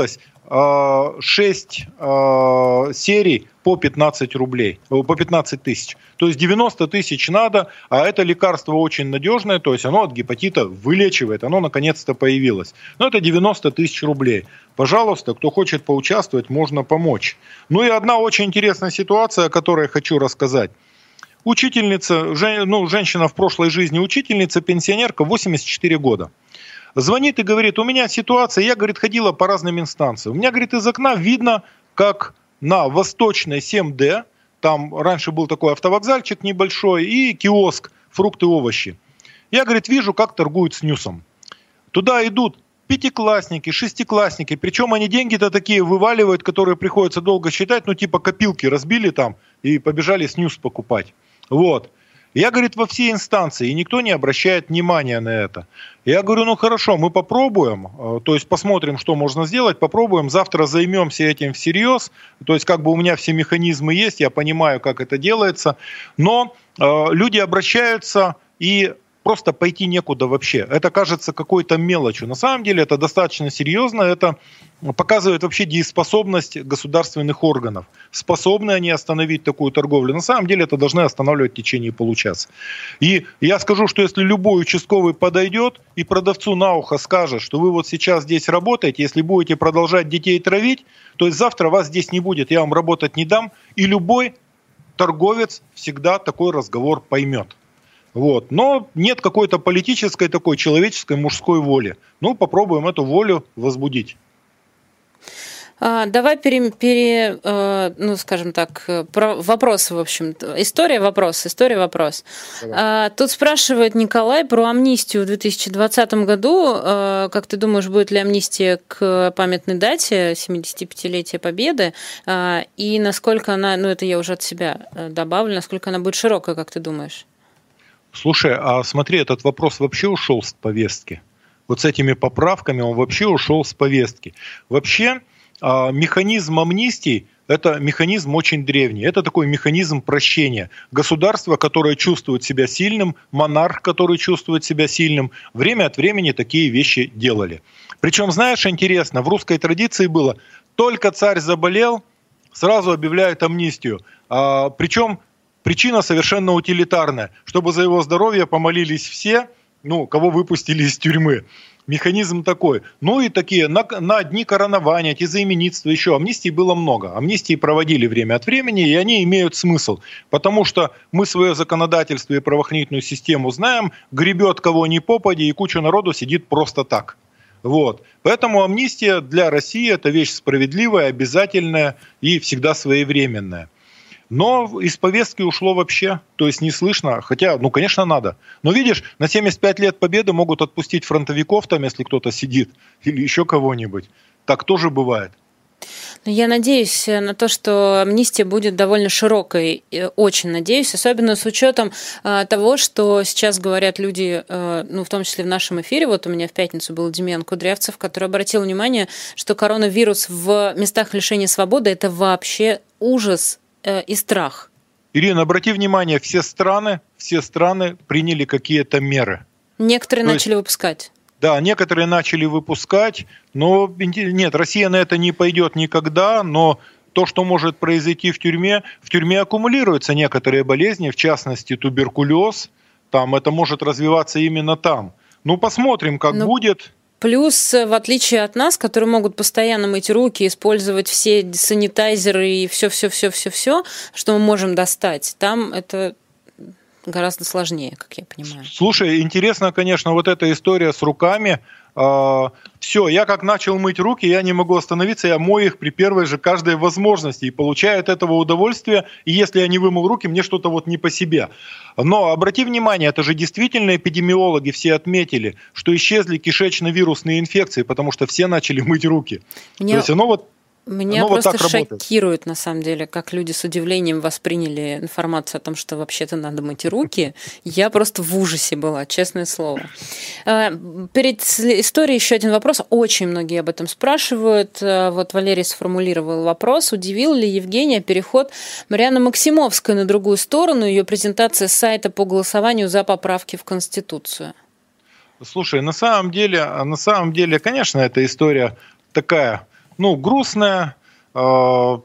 шесть серий по пятнадцать рублей, по пятнадцать тысяч. То есть девяносто тысяч надо, а это лекарство очень надежное, то есть оно от гепатита вылечивает, оно наконец-то появилось. Но это девяносто тысяч рублей. Пожалуйста, кто хочет поучаствовать, можно помочь. Ну и одна очень интересная ситуация, о которой я хочу рассказать. Учительница, ну, женщина в прошлой жизни учительница, пенсионерка, восемьдесят четыре года. Звонит и говорит, у меня ситуация, я, говорит, ходила по разным инстанциям. У меня, говорит, из окна видно, как на Восточной семь дэ, там раньше был такой автовокзальчик небольшой, и киоск, фрукты, овощи. Я, говорит, вижу, как торгуют снюсом. Туда идут пятиклассники, шестиклассники, причем они деньги-то такие вываливают, которые приходится долго считать, ну типа копилки разбили там и побежали снюс покупать. Вот. Я, говорит, во все инстанции, и никто не обращает внимания на это. Я говорю, ну хорошо, мы попробуем, то есть посмотрим, что можно сделать, попробуем, завтра займемся этим всерьез, то есть как бы у меня все механизмы есть, я понимаю, как это делается, но э, люди обращаются и просто пойти некуда вообще. Это кажется какой-то мелочью. На самом деле это достаточно серьезно, это показывает вообще дееспособность государственных органов. Способны они остановить такую торговлю? На самом деле это должны останавливать в течение получаса. И я скажу, что если любой участковый подойдет и продавцу на ухо скажет, что вы вот сейчас здесь работаете, если будете продолжать детей травить, то есть завтра вас здесь не будет, я вам работать не дам, и любой торговец всегда такой разговор поймет. Вот. Но нет какой-то политической, такой человеческой, мужской воли. Ну, попробуем эту волю возбудить. А, давай пере, пере, э, ну, скажем так, про вопросы, в общем. История, вопрос, история, вопрос. А, тут спрашивает Николай про амнистию в две тысячи двадцатом году. А, как ты думаешь, будет ли амнистия к памятной дате семидесятипятилетия Победы? А, и насколько она, ну, это я уже от себя добавлю, насколько она будет широкая, как ты думаешь? Слушай, а смотри, этот вопрос вообще ушел с повестки. Вот с этими поправками он вообще ушел с повестки. Вообще механизм амнистии – это механизм очень древний. Это такой механизм прощения. Государство, которое чувствует себя сильным, монарх, который чувствует себя сильным, время от времени такие вещи делали. Причем, знаешь, интересно, в русской традиции было, только царь заболел, сразу объявляют амнистию. А, причем причина совершенно утилитарная, чтобы за его здоровье помолились все, ну, кого выпустили из тюрьмы. Механизм такой. Ну и такие, на, на дни коронования, тезаименитства еще, амнистий было много. Амнистии проводили время от времени, и они имеют смысл. Потому что мы свое законодательство и правоохранительную систему знаем, гребет кого ни попади, и куча народу сидит просто так. Вот. Поэтому амнистия для России – это вещь справедливая, обязательная и всегда своевременная. Но из повестки ушло вообще, то есть не слышно, хотя, ну, конечно, надо. Но видишь, на семьдесят пять лет Победы могут отпустить фронтовиков там, если кто-то сидит, или еще кого-нибудь. Так тоже бывает. Я надеюсь на то, что амнистия будет довольно широкой, очень надеюсь, особенно с учетом того, что сейчас говорят люди, ну, в том числе в нашем эфире, вот у меня в пятницу был Демьян Кудрявцев, который обратил внимание, что коронавирус в местах лишения свободы – это вообще ужас и страх. Ирина, обрати внимание, все страны, все страны приняли какие-то меры. Некоторые То начали есть, выпускать. Да, некоторые начали выпускать, но нет, Россия на это не пойдет никогда, но то, что может произойти в тюрьме, в тюрьме аккумулируются некоторые болезни, в частности туберкулез, там это может развиваться именно там. Ну, посмотрим, как но... будет. Плюс, в отличие от нас, которые могут постоянно мыть руки, использовать все санитайзеры и все-все-все-все-все, что мы можем достать, там это гораздо сложнее, как я понимаю. Слушай, интересно, конечно, вот эта история с руками. Все, я как начал мыть руки, я не могу остановиться, я мою их при первой же каждой возможности и получаю от этого удовольствие, и если я не вымыл руки, мне что-то вот не по себе. Но обрати внимание, это же действительно эпидемиологи все отметили, что исчезли кишечно-вирусные инфекции, потому что все начали мыть руки. Мне... То есть оно вот Меня Оно просто вот шокирует, на самом деле, как люди с удивлением восприняли информацию о том, что вообще-то надо мыть руки. Я просто в ужасе была, честное слово. Перед историей еще один вопрос. Очень многие об этом спрашивают. Вот Валерий сформулировал вопрос. Удивил ли Евгения переход Марианны Максимовской на другую сторону, ее презентация сайта по голосованию за поправки в Конституцию? Слушай, на самом деле, на самом деле, конечно, эта история такая... ну, грустная, но...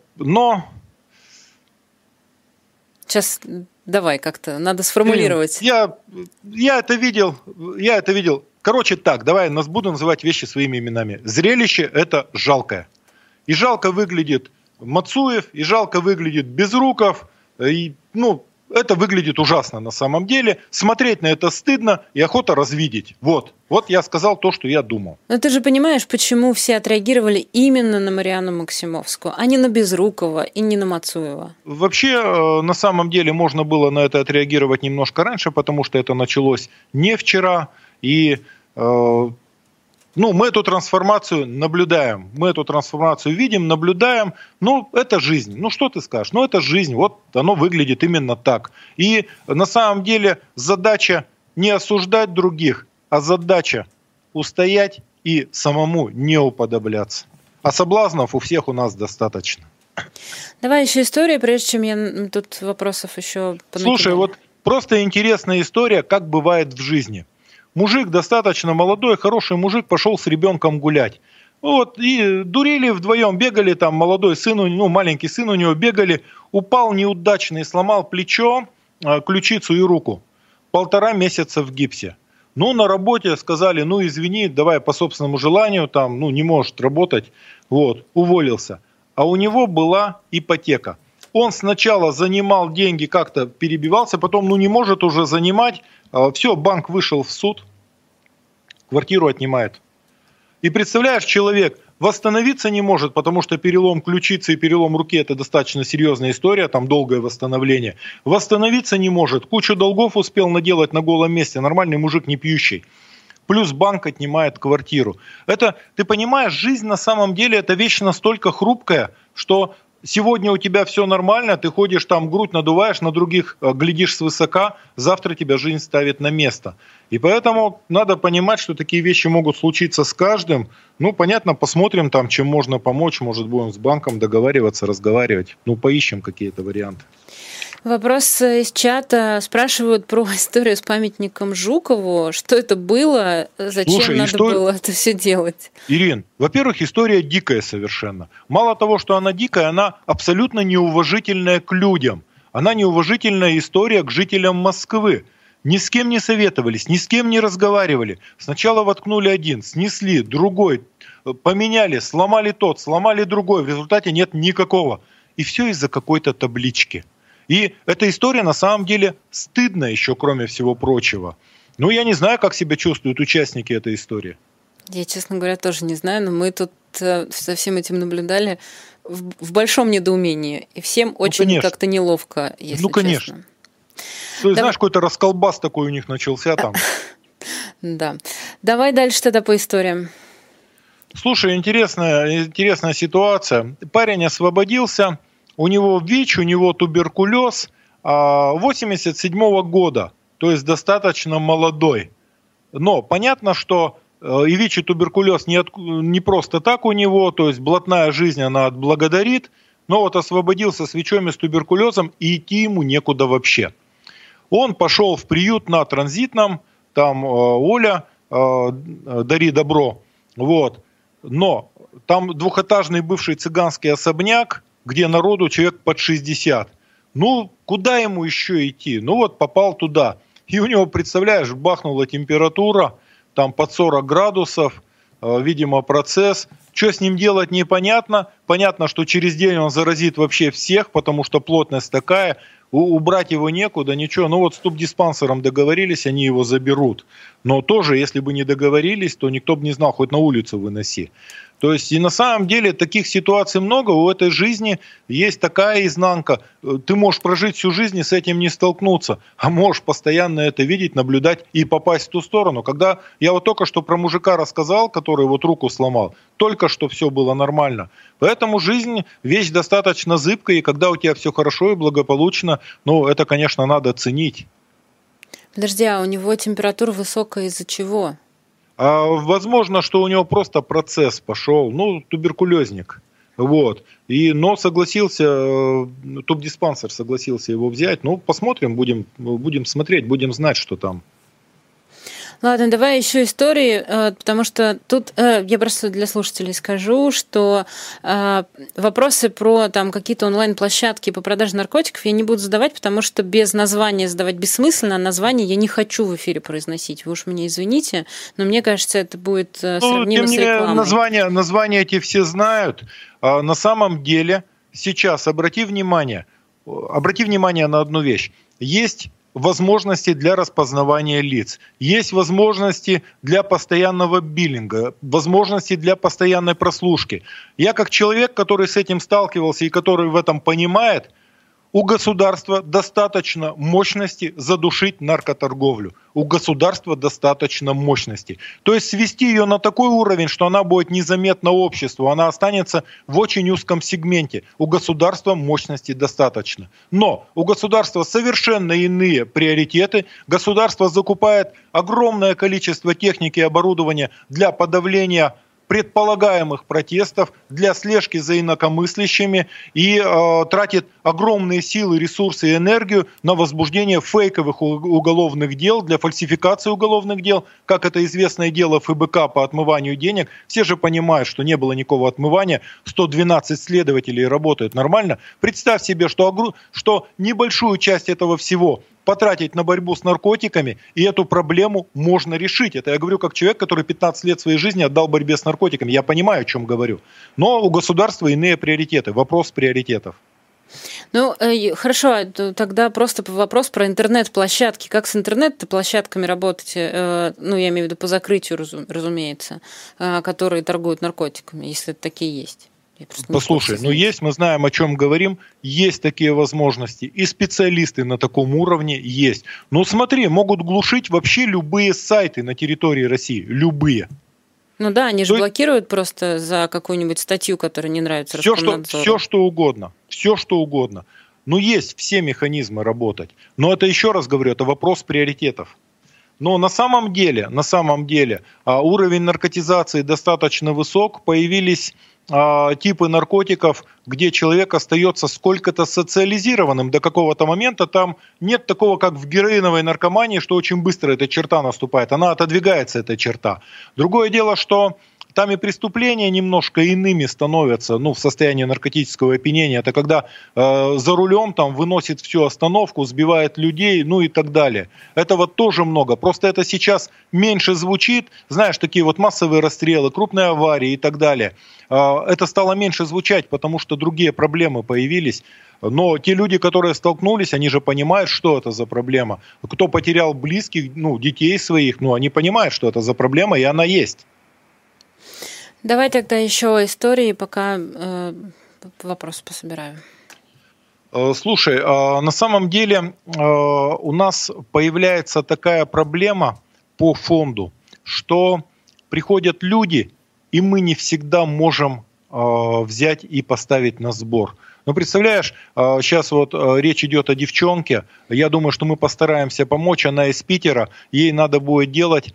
Сейчас давай как-то, надо сформулировать. Я, я это видел, я это видел. Короче, так, давай нас буду называть вещи своими именами. Зрелище это жалкое. И жалко выглядит Мацуев, и жалко выглядит Безруков. И, ну, это выглядит ужасно на самом деле. Смотреть на это стыдно и охота развидеть. Вот. Вот я сказал то, что я думал. Но ты же понимаешь, почему все отреагировали именно на Марианну Максимовскую, а не на Безрукова и не на Мацуева? Вообще, на самом деле, можно было на это отреагировать немножко раньше, потому что это началось не вчера. И э, ну, мы эту трансформацию наблюдаем. Мы эту трансформацию видим, наблюдаем. Ну, это жизнь. Ну, что ты скажешь? Ну, это жизнь. Вот оно выглядит именно так. И на самом деле задача не осуждать других, а задача устоять и самому не уподобляться. А соблазнов у всех у нас достаточно. Давай еще история, прежде чем я тут вопросов еще понакидаю. Слушай, вот просто интересная история, как бывает в жизни. Мужик достаточно молодой, хороший мужик, пошел с ребенком гулять. Вот, и дурили вдвоем, бегали, там молодой сын, ну, маленький сын у него, бегали, упал неудачно и сломал плечо, ключицу и руку. Полтора месяца в гипсе. Ну, на работе сказали, ну, извини, давай по собственному желанию, там, ну, не может работать, вот, уволился. А у него была ипотека. Он сначала занимал деньги, как-то перебивался, потом, ну, не может уже занимать. Все, банк вышел в суд, квартиру отнимает. И представляешь, человек восстановиться не может, потому что перелом ключицы и перелом руки – это достаточно серьезная история, там долгое восстановление. Восстановиться не может, кучу долгов успел наделать на голом месте, нормальный мужик не пьющий. Плюс банк отнимает квартиру. Это, ты понимаешь, жизнь на самом деле – это вещь настолько хрупкая, что... Сегодня у тебя все нормально, ты ходишь там, грудь надуваешь, на других глядишь свысока, завтра тебя жизнь ставит на место. И поэтому надо понимать, что такие вещи могут случиться с каждым. Ну, понятно, посмотрим там, чем можно помочь, может, будем с банком договариваться, разговаривать. Ну, поищем какие-то варианты. Вопрос из чата. Спрашивают про историю с памятником Жукову. Что это было? Зачем Слушай, надо истор... было это все делать? Ирин, во-первых, история дикая совершенно. Мало того, что она дикая, она абсолютно неуважительная к людям. Она неуважительная история к жителям Москвы. Ни с кем не советовались, ни с кем не разговаривали. Сначала воткнули один, снесли, другой, поменяли, сломали тот, сломали другой. В результате нет никакого. И все из-за какой-то таблички. И эта история на самом деле стыдна еще, кроме всего прочего. Ну, я не знаю, как себя чувствуют участники этой истории. Я, честно говоря, тоже не знаю, но мы тут со всем этим наблюдали в, в большом недоумении. И всем очень ну, как-то неловко, если ну, конечно. честно. Ты Дав... знаешь, какой-то расколбас такой у них начался там. Да. Давай дальше тогда по историям. Слушай, интересная, интересная ситуация. Парень освободился. У него ВИЧ, у него туберкулез восемьдесят седьмого года, то есть достаточно молодой. Но понятно, что и ВИЧ, и туберкулез не, от, не просто так у него, то есть блатная жизнь она отблагодарит, но вот освободился с ВИЧом и с туберкулезом, и идти ему некуда вообще. Он пошел в приют на Транзитном, там Оля, дари добро, вот. Но там двухэтажный бывший цыганский особняк, где народу человек под шестьдесят. Ну, куда ему еще идти? Ну вот попал туда. И у него, представляешь, бахнула температура, там под сорок градусов, э, видимо, процесс. Что с ним делать, непонятно. Понятно, что через день он заразит вообще всех, потому что плотность такая. У- убрать его некуда, ничего. Ну вот с тубдиспансером договорились, они его заберут. Но тоже, если бы не договорились, то никто бы не знал, хоть на улицу выноси. То есть и на самом деле таких ситуаций много, у этой жизни есть такая изнанка. Ты можешь прожить всю жизнь и с этим не столкнуться, а можешь постоянно это видеть, наблюдать и попасть в ту сторону. Когда я вот только что про мужика рассказал, который вот руку сломал, только что все было нормально. Поэтому жизнь вещь достаточно зыбкая, и когда у тебя все хорошо и благополучно, ну это, конечно, надо ценить. Подожди, а у него температура высокая из-за чего? А, возможно, что у него просто процесс пошел, ну, туберкулезник, вот, и, но согласился, тубдиспансер согласился его взять, ну, посмотрим, будем, будем смотреть, будем знать, что там. Ладно, давай еще истории, потому что тут я просто для слушателей скажу, что вопросы про там какие-то онлайн-площадки по продаже наркотиков я не буду задавать, потому что без названия задавать бессмысленно, а название я не хочу в эфире произносить. Вы уж меня извините, но мне кажется, это будет сравнимо ну, с рекламой. Названия, названия эти все знают. А на самом деле сейчас обрати внимание, обрати внимание на одну вещь. Есть возможности для распознавания лиц, есть возможности для постоянного биллинга, возможности для постоянной прослушки. Я как человек, который с этим сталкивался и который в этом понимает, у государства достаточно мощности задушить наркоторговлю. У государства достаточно мощности. То есть свести ее на такой уровень, что она будет незаметна обществу, она останется в очень узком сегменте. У государства мощности достаточно. Но у государства совершенно иные приоритеты. Государство закупает огромное количество техники и оборудования для подавления предполагаемых протестов, для слежки за инакомыслящими и э, тратит огромные силы, ресурсы и энергию на возбуждение фейковых уголовных дел, для фальсификации уголовных дел, как это известное дело эф бэ ка по отмыванию денег. Все же понимают, что не было никакого отмывания, сто двенадцать следователей работают нормально. Представь себе, что, что небольшую часть этого всего потратить на борьбу с наркотиками, и эту проблему можно решить. Это я говорю как человек, который пятнадцать лет своей жизни отдал борьбе с наркотиками. Я понимаю, о чем говорю. Но у государства иные приоритеты. Вопрос приоритетов. Ну, э, хорошо, тогда просто вопрос про интернет-площадки. Как с интернет-площадками работать? Э, ну, я имею в виду по закрытию, разум, разумеется, э, которые торгуют наркотиками, если такие есть. Послушай, ну есть, мы знаем, о чем говорим, есть такие возможности, и специалисты на таком уровне есть. Но смотри, могут глушить вообще любые сайты на территории России, любые. Ну да, они же То блокируют просто за какую-нибудь статью, которая не нравится все, что, все, что угодно, все, что угодно. Ну есть все механизмы работать. Но это, еще раз говорю, это вопрос приоритетов. Но на самом деле, на самом деле уровень наркотизации достаточно высок, появились типы наркотиков, где человек остается сколько-то социализированным до какого-то момента. Там нет такого, как в героиновой наркомании, что очень быстро эта черта наступает. Она отодвигается, эта черта. Другое дело, что там и преступления немножко иными становятся, ну, в состоянии наркотического опьянения. Это когда э, за рулем там выносит всю остановку, сбивает людей, ну и так далее. Этого тоже много. Просто это сейчас меньше звучит. Знаешь, такие вот массовые расстрелы, крупные аварии и так далее. Э, это стало меньше звучать, потому что другие проблемы появились. Но те люди, которые столкнулись, они же понимают, что это за проблема. Кто потерял близких, ну, детей своих, ну, они понимают, что это за проблема, и она есть. Давай тогда еще истории, пока э, вопросы пособираю. Слушай, на самом деле у нас появляется такая проблема по фонду, что приходят люди, и мы не всегда можем взять и поставить на сбор. Ну, представляешь, сейчас вот речь идет о девчонке, я думаю, что мы постараемся помочь, она из Питера, ей надо будет делать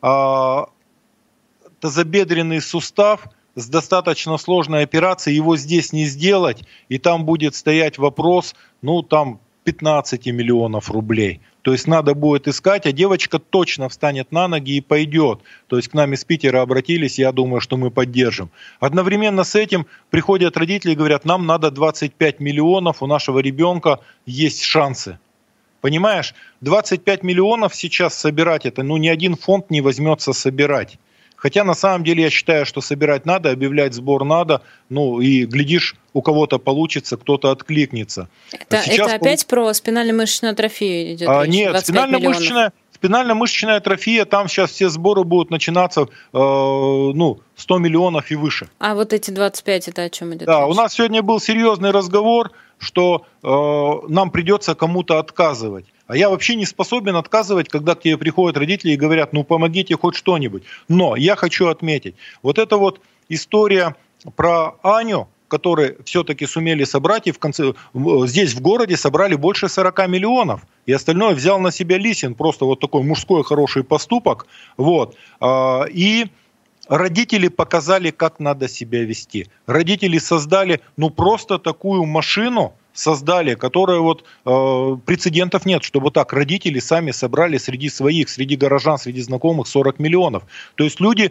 тазобедренный сустав с достаточно сложной операцией, его здесь не сделать, и там будет стоять вопрос, ну, там, пятнадцать миллионов рублей. То есть надо будет искать, а девочка точно встанет на ноги и пойдет. То есть к нам из Питера обратились, я думаю, что мы поддержим. Одновременно с этим приходят родители и говорят, нам надо двадцать пять миллионов, у нашего ребенка есть шансы. Понимаешь, двадцать пять миллионов сейчас собирать, это, ну, ни один фонд не возьмется собирать. Хотя на самом деле я считаю, что собирать надо, объявлять сбор надо, ну и глядишь, у кого-то получится, кто-то откликнется. Это, это опять пол... про спинально-мышечную атрофию идет? А, нет, спинально-мышечная, спинально-мышечная атрофия, там сейчас все сборы будут начинаться, э, ну, сто миллионов и выше. А вот эти двадцать пять, это о чем идет? Да, речь? У нас сегодня был серьезный разговор, что э, нам придется кому-то отказывать. А я вообще не способен отказывать, когда к тебе приходят родители и говорят, ну помогите хоть что-нибудь. Но я хочу отметить, вот эта вот история про Аню, которые все-таки сумели собрать, и в конце, здесь в городе собрали больше сорок миллионов. И остальное взял на себя Лисин, просто вот такой мужской хороший поступок. Вот. И родители показали, как надо себя вести. Родители создали, ну, просто такую машину, создали, которые вот э, прецедентов нет, чтобы так родители сами собрали среди своих, среди горожан, среди знакомых сорок миллионов. То есть люди,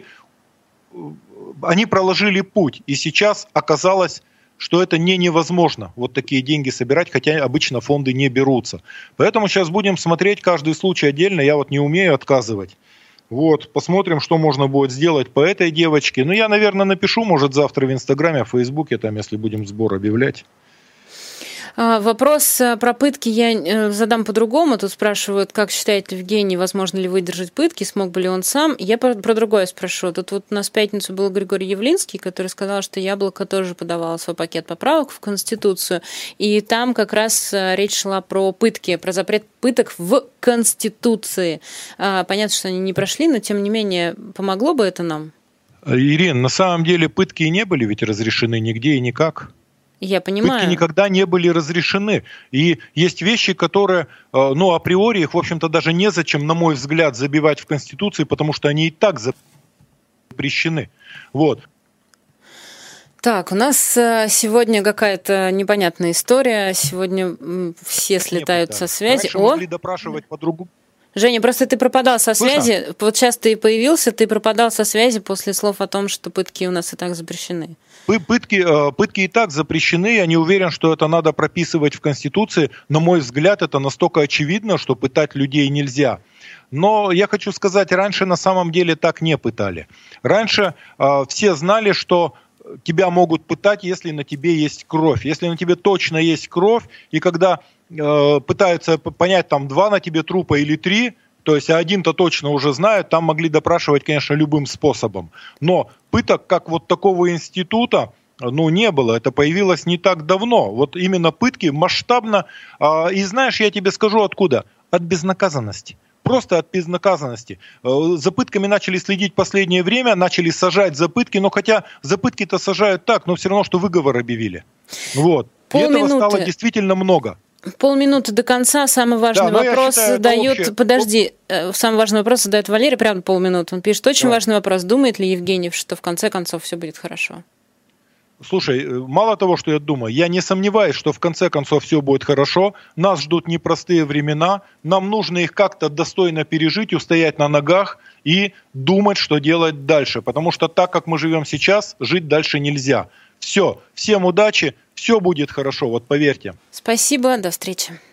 они проложили путь, и сейчас оказалось, что это не невозможно, вот такие деньги собирать, хотя обычно фонды не берутся. Поэтому сейчас будем смотреть каждый случай отдельно, я вот не умею отказывать. Вот, посмотрим, что можно будет сделать по этой девочке. Ну, я, наверное, напишу, может, завтра в Инстаграме, в Фейсбуке, там, если будем сбор объявлять. Вопрос про пытки я задам по-другому. Тут спрашивают, как считает Евгений, возможно ли выдержать пытки, смог бы ли он сам. Я про, про другое спрошу. Тут вот у нас в пятницу был Григорий Явлинский, который сказал, что Яблоко тоже подавало свой пакет поправок в Конституцию. И там как раз речь шла про пытки, про запрет пыток в Конституции. Понятно, что они не прошли, но тем не менее, помогло бы это нам? Ирина, на самом деле пытки и не были ведь разрешены нигде и никак. Я понимаю. Пытки никогда не были разрешены. И есть вещи, которые, ну, априори, их, в общем-то, даже незачем, на мой взгляд, забивать в Конституции, потому что они и так запрещены. Вот. Так, у нас сегодня какая-то непонятная история. Сегодня все слетают со связи. Раньше могли допрашивать по-другому. Женя, просто ты пропадал со Слышно? связи. Вот сейчас ты появился, ты пропадал со связи после слов о том, что пытки у нас и так запрещены. Пытки, пытки и так запрещены. Я не уверен, что это надо прописывать в Конституции. На мой взгляд, это настолько очевидно, что пытать людей нельзя. Но я хочу сказать, раньше на самом деле так не пытали. Раньше э, все знали, что тебя могут пытать, если на тебе есть кровь. Если на тебе точно есть кровь, и когда э, пытаются понять, там, два на тебе трупа или три, то есть один-то точно уже знают, там могли допрашивать, конечно, любым способом. Но пыток, как вот такого института, ну, не было. Это появилось не так давно. Вот именно пытки масштабно. Э, и знаешь, я тебе скажу откуда? От безнаказанности. Просто от безнаказанности. За пытками начали следить в последнее время, начали сажать за пытки, но хотя за пытки-то сажают так, но все равно, что выговор объявили. Вот. И этого стало действительно много. Полминуты до конца. Самый важный да, вопрос считаю, задает... Общее... Подожди. Самый важный вопрос задает Валерий, прямо полминуты. Он пишет, очень да. важный вопрос. Думает ли Евгений, что в конце концов все будет хорошо? Слушай, мало того, что я думаю, я не сомневаюсь, что в конце концов все будет хорошо. Нас ждут непростые времена. Нам нужно их как-то достойно пережить, устоять на ногах и думать, что делать дальше. Потому что так, как мы живем сейчас, жить дальше нельзя. Все. Всем удачи. Все будет хорошо. Вот поверьте. Спасибо. До встречи.